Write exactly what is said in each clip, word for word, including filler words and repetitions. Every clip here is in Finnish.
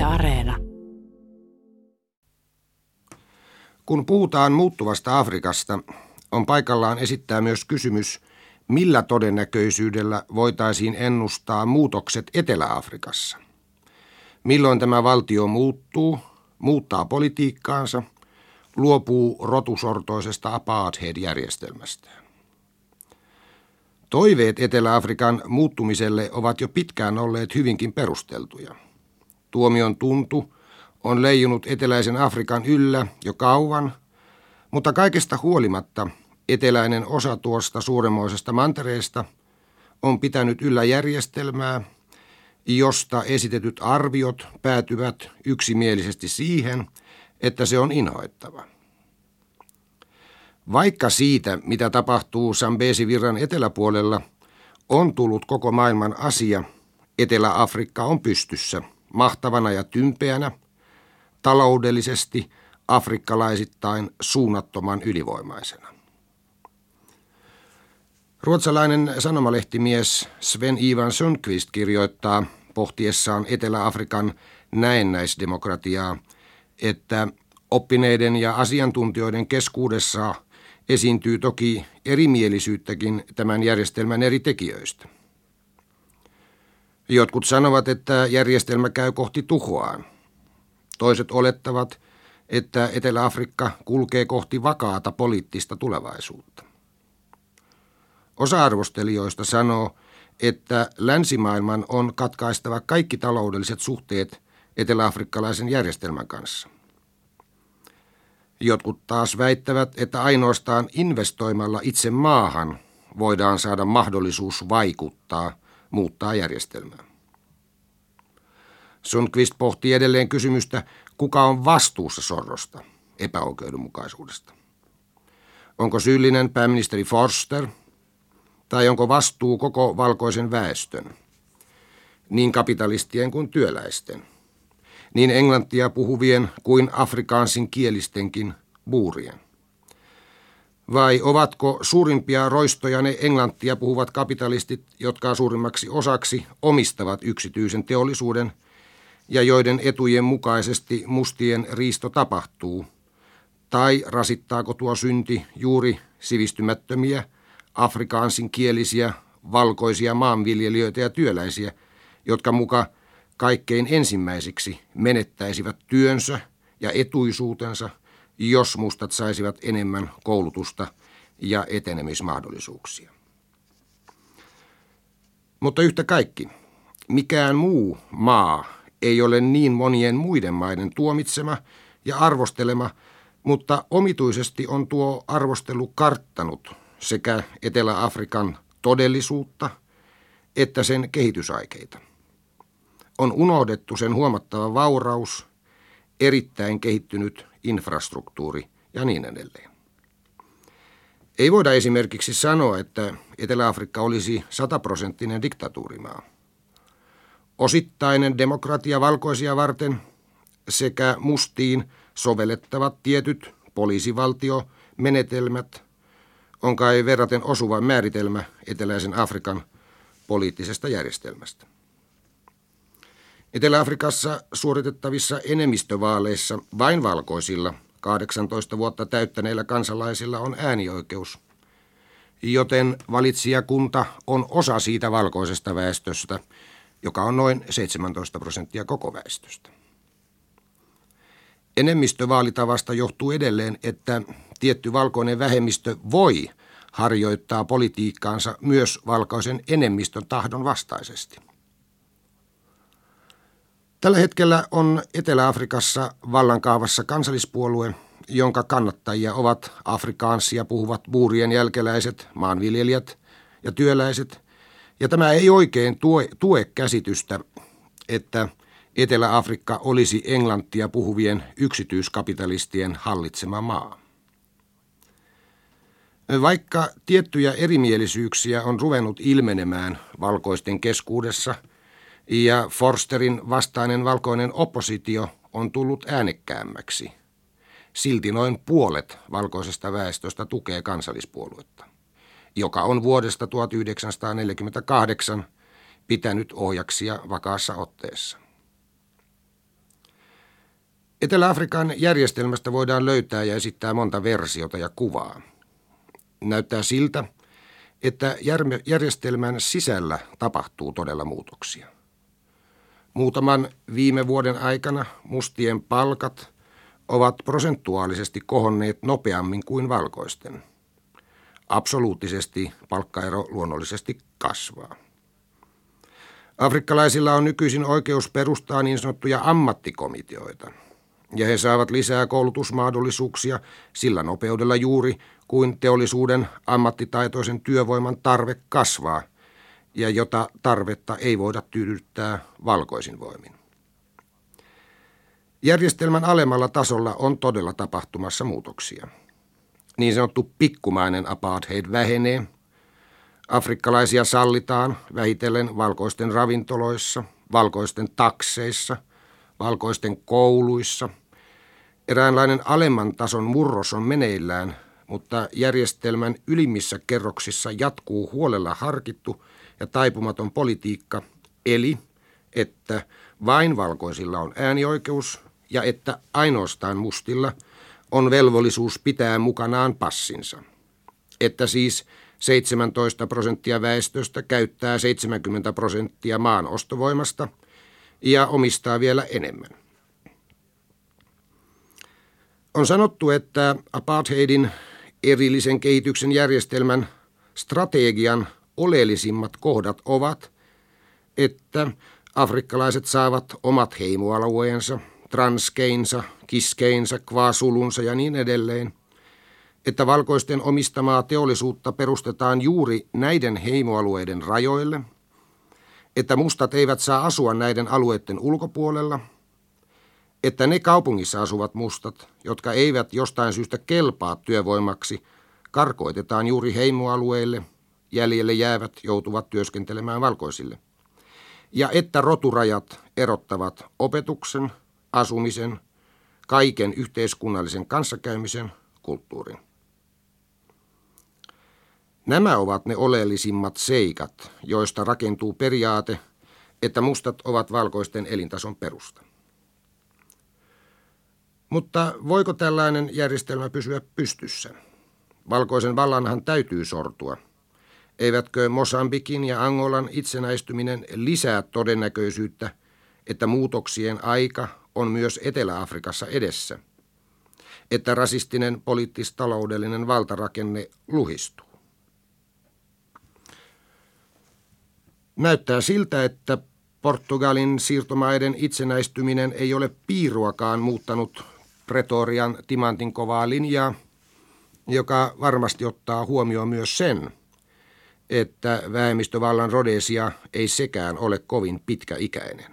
Areena. Kun puhutaan muuttuvasta Afrikasta, on paikallaan esittää myös kysymys, millä todennäköisyydellä voitaisiin ennustaa muutokset Etelä-Afrikassa. Milloin tämä valtio muuttuu, muuttaa politiikkaansa, luopuu rotusortoisesta apartheid-järjestelmästään. Toiveet Etelä-Afrikan muuttumiselle ovat jo pitkään olleet hyvinkin perusteltuja. Tuomion tuntu on leijunut eteläisen Afrikan yllä jo kauan, mutta kaikesta huolimatta eteläinen osa tuosta suuremmoisesta mantereesta on pitänyt yllä järjestelmää, josta esitetyt arviot päätyvät yksimielisesti siihen, että se on inhoittava. Vaikka siitä, mitä tapahtuu Sambeesivirran eteläpuolella, on tullut koko maailman asia, Etelä-Afrikka on pystyssä, mahtavana ja tympeänä, taloudellisesti afrikkalaisittain suunnattoman ylivoimaisena. Ruotsalainen sanomalehtimies Sven-Ivan Sundqvist kirjoittaa pohtiessaan Etelä-Afrikan näennäisdemokratiaa, että oppineiden ja asiantuntijoiden keskuudessa esiintyy toki erimielisyyttäkin tämän järjestelmän eri tekijöistä. Jotkut sanovat, että järjestelmä käy kohti tuhoaan. Toiset olettavat, että Etelä-Afrikka kulkee kohti vakaata poliittista tulevaisuutta. Osa arvostelijoista sanoo, että länsimaailman on katkaistava kaikki taloudelliset suhteet eteläafrikkalaisen järjestelmän kanssa. Jotkut taas väittävät, että ainoastaan investoimalla itse maahan voidaan saada mahdollisuus vaikuttaa, muuttaa järjestelmää. Sundqvist pohtii edelleen kysymystä, kuka on vastuussa sorrosta, epäoikeudenmukaisuudesta. Onko syyllinen pääministeri Forster, tai onko vastuu koko valkoisen väestön, niin kapitalistien kuin työläisten, niin englantia puhuvien kuin afrikaansin kielistenkin buurien? Vai ovatko suurimpia roistoja ne englantia puhuvat kapitalistit, jotka suurimmaksi osaksi omistavat yksityisen teollisuuden ja joiden etujen mukaisesti mustien riisto tapahtuu? Tai rasittaako tuo synti juuri sivistymättömiä, afrikaansin kielisiä, valkoisia maanviljelijöitä ja työläisiä, jotka muka kaikkein ensimmäisiksi menettäisivät työnsä ja etuisuutensa, jos mustat saisivat enemmän koulutusta ja etenemismahdollisuuksia. Mutta yhtä kaikki, mikään muu maa ei ole niin monien muiden maiden tuomitsema ja arvostelema, mutta omituisesti on tuo arvostelu karttanut sekä Etelä-Afrikan todellisuutta että sen kehitysaikeita. On unohdettu sen huomattava vauraus, erittäin kehittynyt infrastruktuuri ja niin edelleen. Ei voida esimerkiksi sanoa, että Etelä-Afrikka olisi sataprosenttinen diktatuurimaa. Osittainen demokratia valkoisia varten sekä mustiin sovellettavat tietyt poliisivaltiomenetelmät on kai verraten osuva määritelmä eteläisen Afrikan poliittisesta järjestelmästä. Etelä-Afrikassa suoritettavissa enemmistövaaleissa vain valkoisilla kahdeksantoista vuotta täyttäneillä kansalaisilla on äänioikeus, joten valitsijakunta on osa siitä valkoisesta väestöstä, joka on noin seitsemäntoista prosenttia koko väestöstä. Enemmistövaalitavasta johtuu edelleen, että tietty valkoinen vähemmistö voi harjoittaa politiikkaansa myös valkoisen enemmistön tahdon vastaisesti. Tällä hetkellä on Etelä-Afrikassa vallankaavassa kansallispuolue, jonka kannattajia ovat afrikaansia puhuvat buurien jälkeläiset, maanviljelijät ja työläiset, ja tämä ei oikein tue, tue käsitystä, että Etelä-Afrikka olisi englantia puhuvien yksityiskapitalistien hallitsema maa. Vaikka tiettyjä erimielisyyksiä on ruvennut ilmenemään valkoisten keskuudessa ja Forsterin vastainen valkoinen oppositio on tullut äänekkäämmäksi, silti noin puolet valkoisesta väestöstä tukee kansallispuoluetta, joka on vuodesta tuhatyhdeksänsataaneljäkymmentäkahdeksan pitänyt ohjaksia vakaassa otteessa. Etelä-Afrikan järjestelmästä voidaan löytää ja esittää monta versiota ja kuvaa. Näyttää siltä, että järjestelmän sisällä tapahtuu todella muutoksia. Muutaman viime vuoden aikana mustien palkat ovat prosentuaalisesti kohonneet nopeammin kuin valkoisten. Absoluuttisesti palkkaero luonnollisesti kasvaa. Afrikkalaisilla on nykyisin oikeus perustaa niin sanottuja ammattikomiteoita, ja he saavat lisää koulutusmahdollisuuksia sillä nopeudella juuri, kuin teollisuuden ammattitaitoisen työvoiman tarve kasvaa, ja jota tarvetta ei voida tyydyttää valkoisin voimin. Järjestelmän alemmalla tasolla on todella tapahtumassa muutoksia. Niin sanottu pikkumainen apartheid vähenee. Afrikkalaisia sallitaan vähitellen valkoisten ravintoloissa, valkoisten takseissa, valkoisten kouluissa. Eräänlainen alemman tason murros on meneillään, mutta järjestelmän ylimmissä kerroksissa jatkuu huolella harkittu ja taipumaton politiikka, eli että vain valkoisilla on äänioikeus ja että ainoastaan mustilla on velvollisuus pitää mukanaan passinsa. Että siis seitsemäntoista prosenttia väestöstä käyttää seitsemänkymmentä prosenttia maan ostovoimasta ja omistaa vielä enemmän. On sanottu, että apartheidin erillisen kehityksen järjestelmän strategian oleellisimmat kohdat ovat, että afrikkalaiset saavat omat heimoalueensa, transkeinsa, kiskeinsa, kvasulunsa ja niin edelleen, että valkoisten omistamaa teollisuutta perustetaan juuri näiden heimoalueiden rajoille, että mustat eivät saa asua näiden alueiden ulkopuolella, että ne kaupungissa asuvat mustat, jotka eivät jostain syystä kelpaa työvoimaksi, karkoitetaan juuri heimoalueille, jäljelle jäävät joutuvat työskentelemään valkoisille, ja että roturajat erottavat opetuksen, asumisen, kaiken yhteiskunnallisen kanssakäymisen, kulttuurin. Nämä ovat ne oleellisimmat seikat, joista rakentuu periaate, että mustat ovat valkoisten elintason perusta. Mutta voiko tällainen järjestelmä pysyä pystyssä? Valkoisen vallanhan täytyy sortua. Eivätkö Mosambikin ja Angolan itsenäistyminen lisää todennäköisyyttä, että muutoksien aika on myös Etelä-Afrikassa edessä, että rasistinen poliittis-taloudellinen valtarakenne luhistuu? Näyttää siltä, että Portugalin siirtomaiden itsenäistyminen ei ole piiruakaan muuttanut Pretorian timantin kovaa linjaa, joka varmasti ottaa huomioon myös sen, että vähemmistövallan Rhodesia ei sekään ole kovin pitkäikäinen.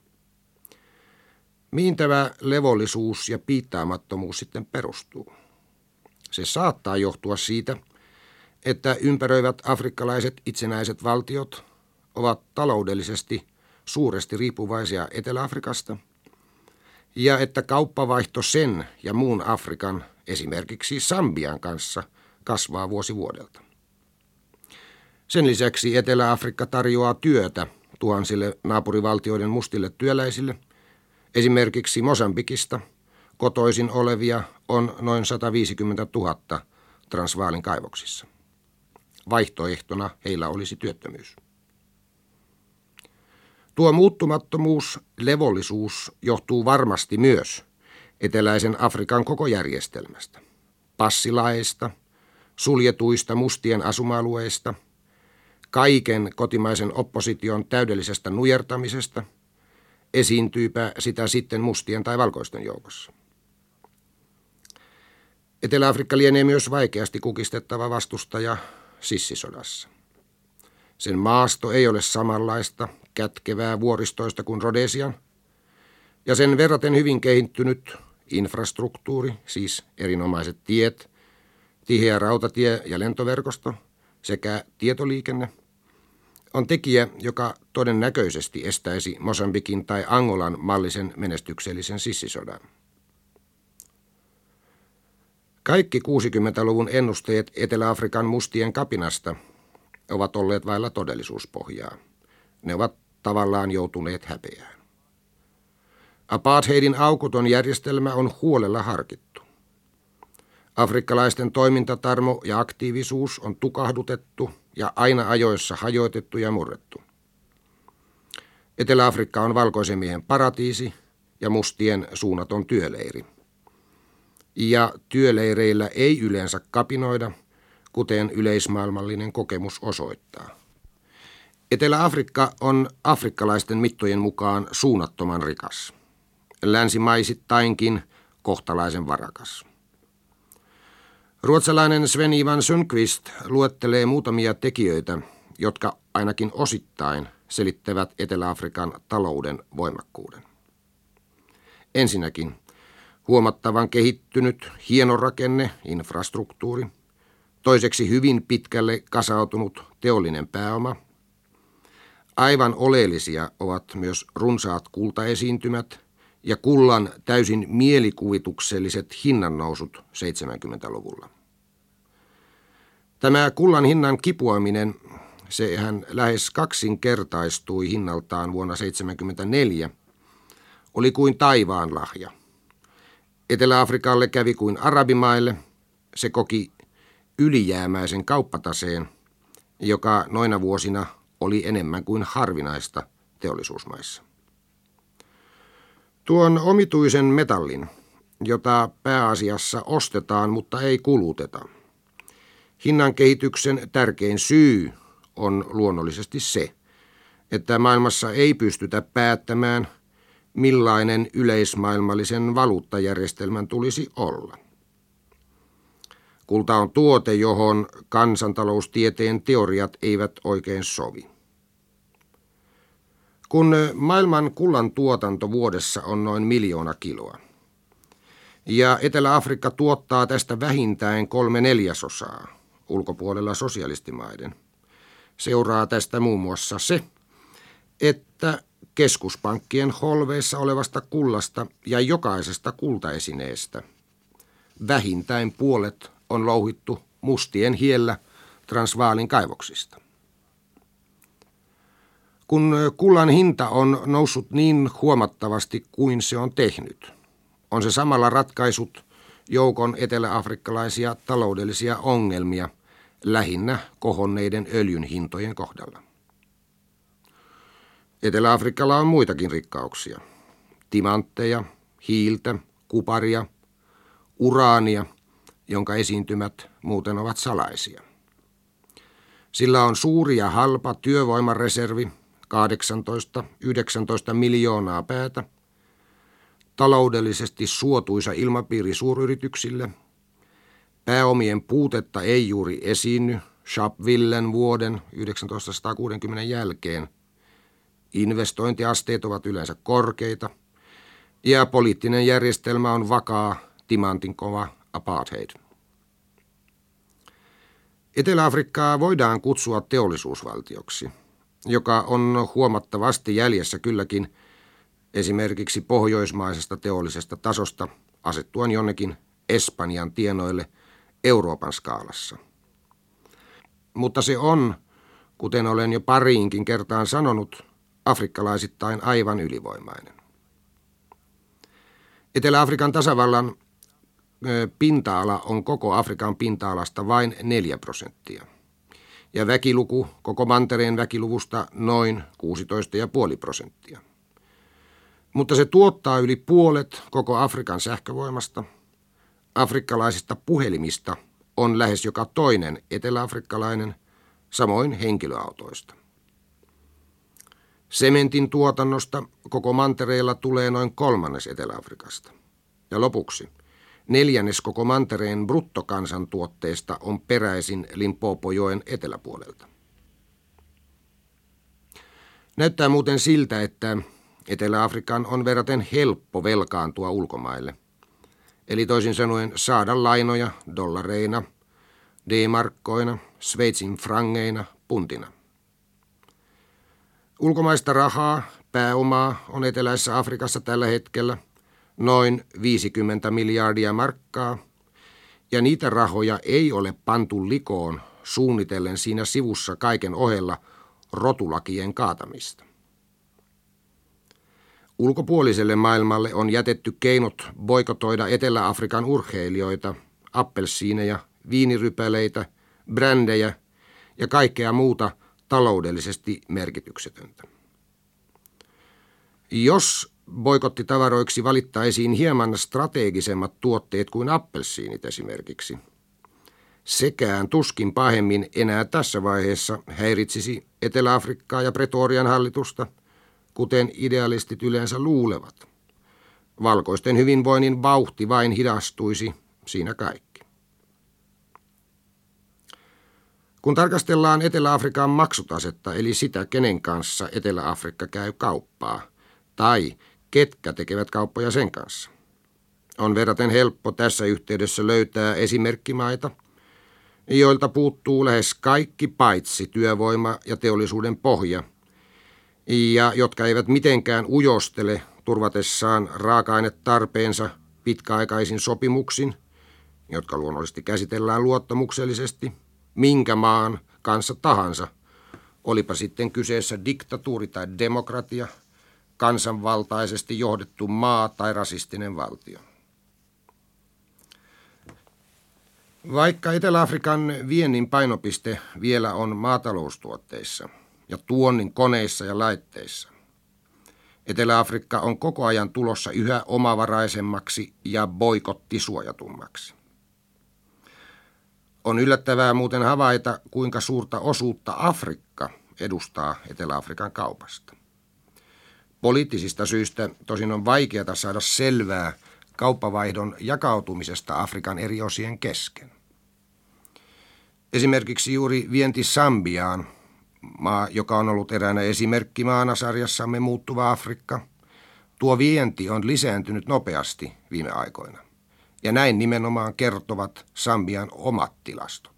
Mihin tämä levollisuus ja piittaamattomuus sitten perustuu? Se saattaa johtua siitä, että ympäröivät afrikkalaiset itsenäiset valtiot ovat taloudellisesti suuresti riippuvaisia Etelä-Afrikasta, ja että kauppavaihto sen ja muun Afrikan, esimerkiksi Sambian kanssa, kasvaa vuosi vuodelta. Sen lisäksi Etelä-Afrikka tarjoaa työtä tuhansille naapurivaltioiden mustille työläisille. Esimerkiksi Mosambikista kotoisin olevia on noin sataviisikymmentätuhatta Transvaalin kaivoksissa. Vaihtoehtona heillä olisi työttömyys. Tuo muuttumattomuus, levollisuus johtuu varmasti myös eteläisen Afrikan koko järjestelmästä, passilaeista, suljetuista mustien asuma-alueista, kaiken kotimaisen opposition täydellisestä nujertamisesta, esiintyypä sitä sitten mustien tai valkoisten joukossa. Etelä-Afrikka lienee myös vaikeasti kukistettava vastustaja sissisodassa. Sen maasto ei ole samanlaista kätkevää vuoristoista kuin Rhodesian, ja sen verraten hyvin kehittynyt infrastruktuuri, siis erinomaiset tiet, tiheä rautatie- ja lentoverkosto sekä tietoliikenne, on tekijä, joka todennäköisesti estäisi Mosambikin tai Angolan mallisen menestyksellisen sissisodan. Kaikki kuusikymmentäluvun ennusteet Etelä-Afrikan mustien kapinasta ovat olleet vailla todellisuuspohjaa. Ne ovat tavallaan joutuneet häpeään. Apartheidin aukoton järjestelmä on huolella harkittu. Afrikkalaisten toimintatarmo ja aktiivisuus on tukahdutettu ja aina ajoissa hajoitettu ja murrettu. Etelä-Afrikka on valkoisen miehen paratiisi ja mustien suunnaton työleiri. Ja työleireillä ei yleensä kapinoida, kuten yleismaailmallinen kokemus osoittaa. Etelä-Afrikka on afrikkalaisten mittojen mukaan suunnattoman rikas, länsimaisittainkin kohtalaisen varakas. Ruotsalainen Sven-Ivan Sundqvist luettelee muutamia tekijöitä, jotka ainakin osittain selittävät Etelä-Afrikan talouden voimakkuuden. Ensinnäkin huomattavan kehittynyt hieno rakenne, infrastruktuuri. Toiseksi hyvin pitkälle kasautunut teollinen pääoma. Aivan oleellisia ovat myös runsaat kultaesiintymät ja kullan täysin mielikuvitukselliset hinnannousut seitsemänkymmentäluvulla. Tämä kullan hinnan kipuaminen, sehän lähes kaksinkertaistui hinnaltaan vuonna seitsemänkymmentäneljä, oli kuin taivaan lahja. Etelä-Afrikalle kävi kuin arabimaille, se koki ylijäämäisen kauppataseen, joka noina vuosina oli enemmän kuin harvinaista teollisuusmaissa. Tuon omituisen metallin, jota pääasiassa ostetaan, mutta ei kuluteta. Hinnan kehityksen tärkein syy on luonnollisesti se, että maailmassa ei pystytä päättämään, millainen yleismaailmallisen valuuttajärjestelmän tulisi olla. Kulta on tuote, johon kansantaloustieteen teoriat eivät oikein sovi. Kun maailman kullan tuotanto vuodessa on noin miljoona kiloa, ja Etelä-Afrikka tuottaa tästä vähintään kolme neljäsosaa ulkopuolella sosialistimaiden, seuraa tästä muun muassa se, että keskuspankkien holveissa olevasta kullasta ja jokaisesta kultaesineestä vähintään puolet on louhittu mustien hiellä Transvaalin kaivoksista. Kun kullan hinta on noussut niin huomattavasti kuin se on tehnyt, on se samalla ratkaisut joukon eteläafrikkalaisia taloudellisia ongelmia lähinnä kohonneiden öljyn hintojen kohdalla. Etelä-Afrikalla on muitakin rikkauksia. Timantteja, hiiltä, kuparia, uraania, jonka esiintymät muuten ovat salaisia. Sillä on suuri ja halpa työvoimareservi, kahdeksantoista yhdeksäntoista miljoonaa päätä, taloudellisesti suotuisa ilmapiiri suuryrityksille, pääomien puutetta ei juuri esiinny Sharpvillen vuoden tuhatyhdeksänsataakuusikymmentä jälkeen, investointiasteet ovat yleensä korkeita ja poliittinen järjestelmä on vakaa, timantin kova apartheid. Etelä-Afrikkaa voidaan kutsua teollisuusvaltioksi, joka on huomattavasti jäljessä kylläkin esimerkiksi pohjoismaisesta teollisesta tasosta asettuen jonnekin Espanjan tienoille Euroopan skaalassa. Mutta se on, kuten olen jo pariinkin kertaan sanonut, afrikkalaisittain aivan ylivoimainen. Etelä-Afrikan tasavallan pinta-ala on koko Afrikan pinta-alasta vain neljä prosenttia ja väkiluku koko mantereen väkiluvusta noin kuusitoista pilkku viisi prosenttia. Mutta se tuottaa yli puolet koko Afrikan sähkövoimasta. Afrikkalaisista puhelimista on lähes joka toinen eteläafrikkalainen, samoin henkilöautoista. Sementin tuotannosta koko mantereella tulee noin kolmannes Etelä-Afrikasta. Ja lopuksi neljännes koko mantereen bruttokansantuotteesta on peräisin Limpopojoen eteläpuolelta. Näyttää muuten siltä, että Etelä-Afrikan on verraten helppo velkaantua ulkomaille, eli toisin sanoen saada lainoja dollareina, D-markkoina, Sveitsin frangeina, puntina. Ulkomaista rahaa, pääomaa on eteläisessä Afrikassa tällä hetkellä noin viisikymmentä miljardia markkaa, ja niitä rahoja ei ole pantu likoon suunnitellen siinä sivussa kaiken ohella rotulakien kaatamista. Ulkopuoliselle maailmalle on jätetty keinot boikotoida Etelä-Afrikan urheilijoita, appelsiineja, viinirypäleitä, brändejä ja kaikkea muuta taloudellisesti merkityksetöntä. Jos boikottitavaroiksi valittaisiin hieman strategisemmat tuotteet kuin appelsiinit esimerkiksi, sekään tuskin pahemmin enää tässä vaiheessa häiritsisi Etelä-Afrikkaa ja Pretorian hallitusta, kuten idealistit yleensä luulevat. Valkoisten hyvinvoinnin vauhti vain hidastuisi, siinä kaikki. Kun tarkastellaan Etelä-Afrikan maksutasetta, eli sitä, kenen kanssa Etelä-Afrikka käy kauppaa, tai ketkä tekevät kauppoja sen kanssa, on verraten helppo tässä yhteydessä löytää esimerkkimaita, joilta puuttuu lähes kaikki paitsi työvoima ja teollisuuden pohja, ja jotka eivät mitenkään ujostele turvatessaan raaka-ainetarpeensa pitkäaikaisin sopimuksin, jotka luonnollisesti käsitellään luottamuksellisesti, minkä maan kanssa tahansa, olipa sitten kyseessä diktatuuri tai demokratia, kansanvaltaisesti johdettu maa tai rasistinen valtio. Vaikka Etelä-Afrikan viennin painopiste vielä on maataloustuotteissa ja tuonnin koneissa ja laitteissa, Etelä-Afrikka on koko ajan tulossa yhä omavaraisemmaksi ja boikottisuojatummaksi. On yllättävää muuten havaita, kuinka suurta osuutta Afrikka edustaa Etelä-Afrikan kaupasta. Poliittisista syistä tosin on vaikeata saada selvää kauppavaihdon jakautumisesta Afrikan eri osien kesken. Esimerkiksi juuri vienti Sambiaan, maa, joka on ollut eräänä esimerkkimaana sarjassamme Muuttuva Afrikka, tuo vienti on lisääntynyt nopeasti viime aikoina. Ja näin nimenomaan kertovat Sambian omat tilastot.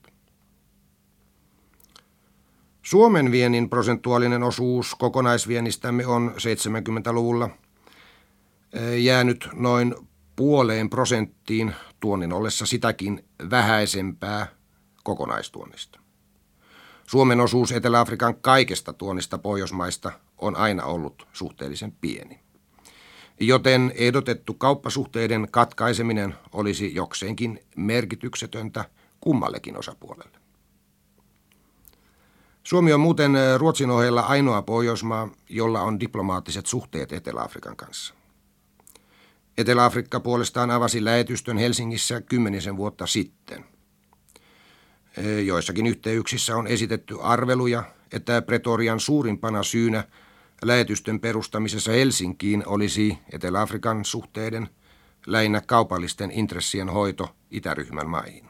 Suomen viennin prosentuaalinen osuus kokonaisviennistämme on seitsemänkymmentäluvulla jäänyt noin puoleen prosenttiin tuonnin ollessa sitäkin vähäisempää kokonaistuonnista. Suomen osuus Etelä-Afrikan kaikesta tuonnista Pohjoismaista on aina ollut suhteellisen pieni, joten ehdotettu kauppasuhteiden katkaiseminen olisi jokseenkin merkityksetöntä kummallekin osapuolelle. Suomi on muuten Ruotsin ohella ainoa Pohjoismaa, jolla on diplomaattiset suhteet Etelä-Afrikan kanssa. Etelä-Afrikka puolestaan avasi lähetystön Helsingissä kymmenisen vuotta sitten. Joissakin yhteyksissä on esitetty arveluja, että Pretorian suurimpana syynä lähetystön perustamisessa Helsinkiin olisi Etelä-Afrikan suhteiden, lähinnä kaupallisten intressien hoito itäryhmän maihin.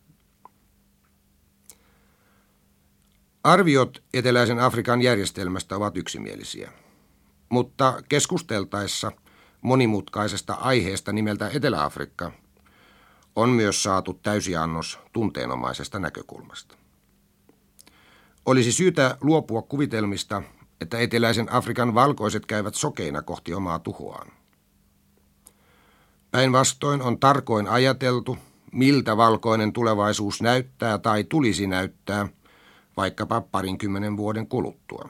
Arviot eteläisen Afrikan järjestelmästä ovat yksimielisiä, mutta keskusteltaessa monimutkaisesta aiheesta nimeltä Etelä-Afrikka on myös saatu täysiannos tunteenomaisesta näkökulmasta. Olisi syytä luopua kuvitelmista, että eteläisen Afrikan valkoiset käyvät sokeina kohti omaa tuhoaan. Päinvastoin on tarkoin ajateltu, miltä valkoinen tulevaisuus näyttää tai tulisi näyttää vaikkapa parinkymmenen vuoden kuluttua.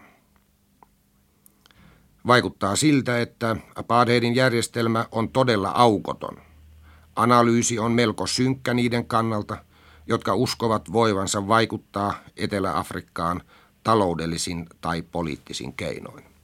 Vaikuttaa siltä, että apartheidin järjestelmä on todella aukoton. Analyysi on melko synkkä niiden kannalta, jotka uskovat voivansa vaikuttaa Etelä-Afrikkaan taloudellisin tai poliittisin keinoin.